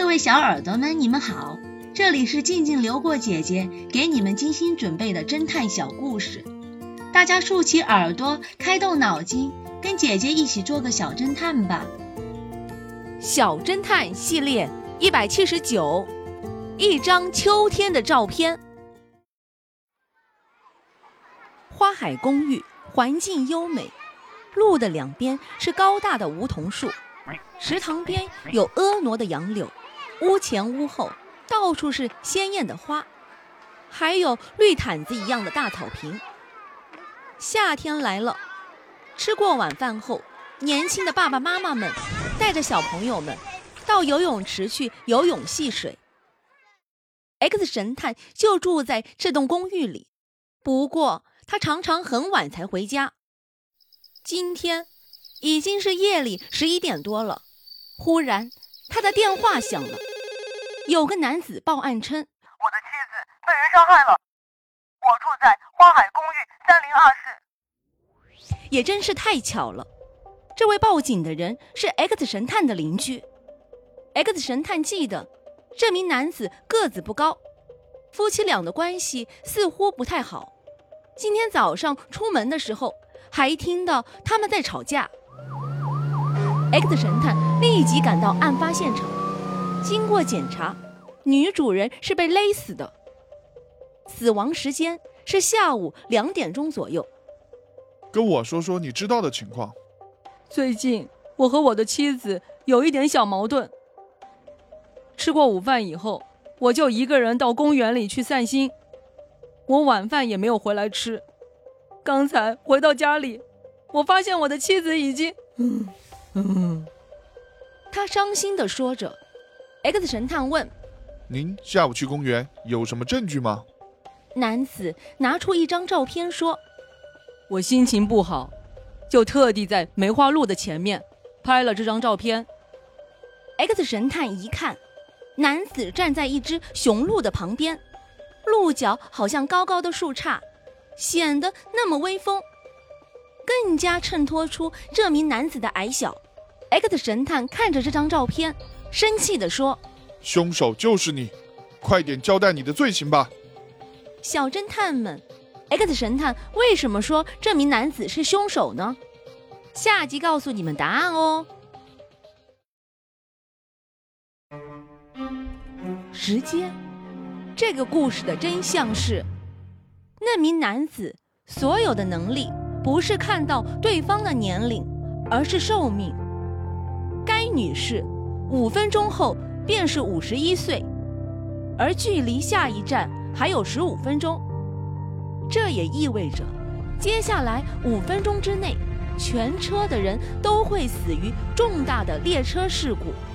各位小耳朵们，你们好，这里是静静流过姐姐给你们精心准备的侦探小故事，大家竖起耳朵，开动脑筋，跟姐姐一起做个小侦探吧。 小侦探系列179，一张秋天的照片。花海公寓环境优美，路的两边是高大的梧桐树，池塘边有婀娜的杨柳，屋前屋后到处是鲜艳的花，还有绿毯子一样的大草坪。夏天来了，吃过晚饭后，年轻的爸爸妈妈们带着小朋友们到游泳池去游泳戏水。X 神探就住在这栋公寓里，不过他常常很晚才回家。今天已经是夜里11点多了，忽然他的电话响了，有个男子报案称， 我的妻子被人伤害了，我住在花海公寓302室。 也真是太巧了，这位报警的人是 X 神探的邻居。X 神探记得这名男子个子不高，夫妻俩的关系似乎不太好，今天早上出门的时候还听到他们在吵架。X 神探立即赶到案发现场，经过检查，女主人是被勒死的，死亡时间是下午2点钟左右。 跟我说说你知道的情况。 最近我和我的妻子有一点小矛盾，吃过午饭以后，我就一个人到公园里去散心，我晚饭也没有回来吃。刚才回到家里，我发现我的妻子已经…… 他伤心地说着。X 神探问， 您下午去公园有什么证据吗？ 男子拿出一张照片说， 我心情不好，就特地在梅花鹿的前面拍了这张照片。 X 神探一看，男子站在一只雄鹿的旁边，鹿角好像高高的树杈，显得那么威风，更加衬托出这名男子的矮小。 X 神探看着这张照片，生气地说， 凶手就是你，快点交代你的罪行吧。 小侦探们， X 神探为什么说这名男子是凶手呢？下集告诉你们答案哦。时间，这个故事的真相是，那名男子所有的能力不是看到对方的年龄，而是寿命。该女士5分钟后便是51岁，而距离下一站还有15分钟，这也意味着接下来5分钟之内，全车的人都会死于重大的列车事故。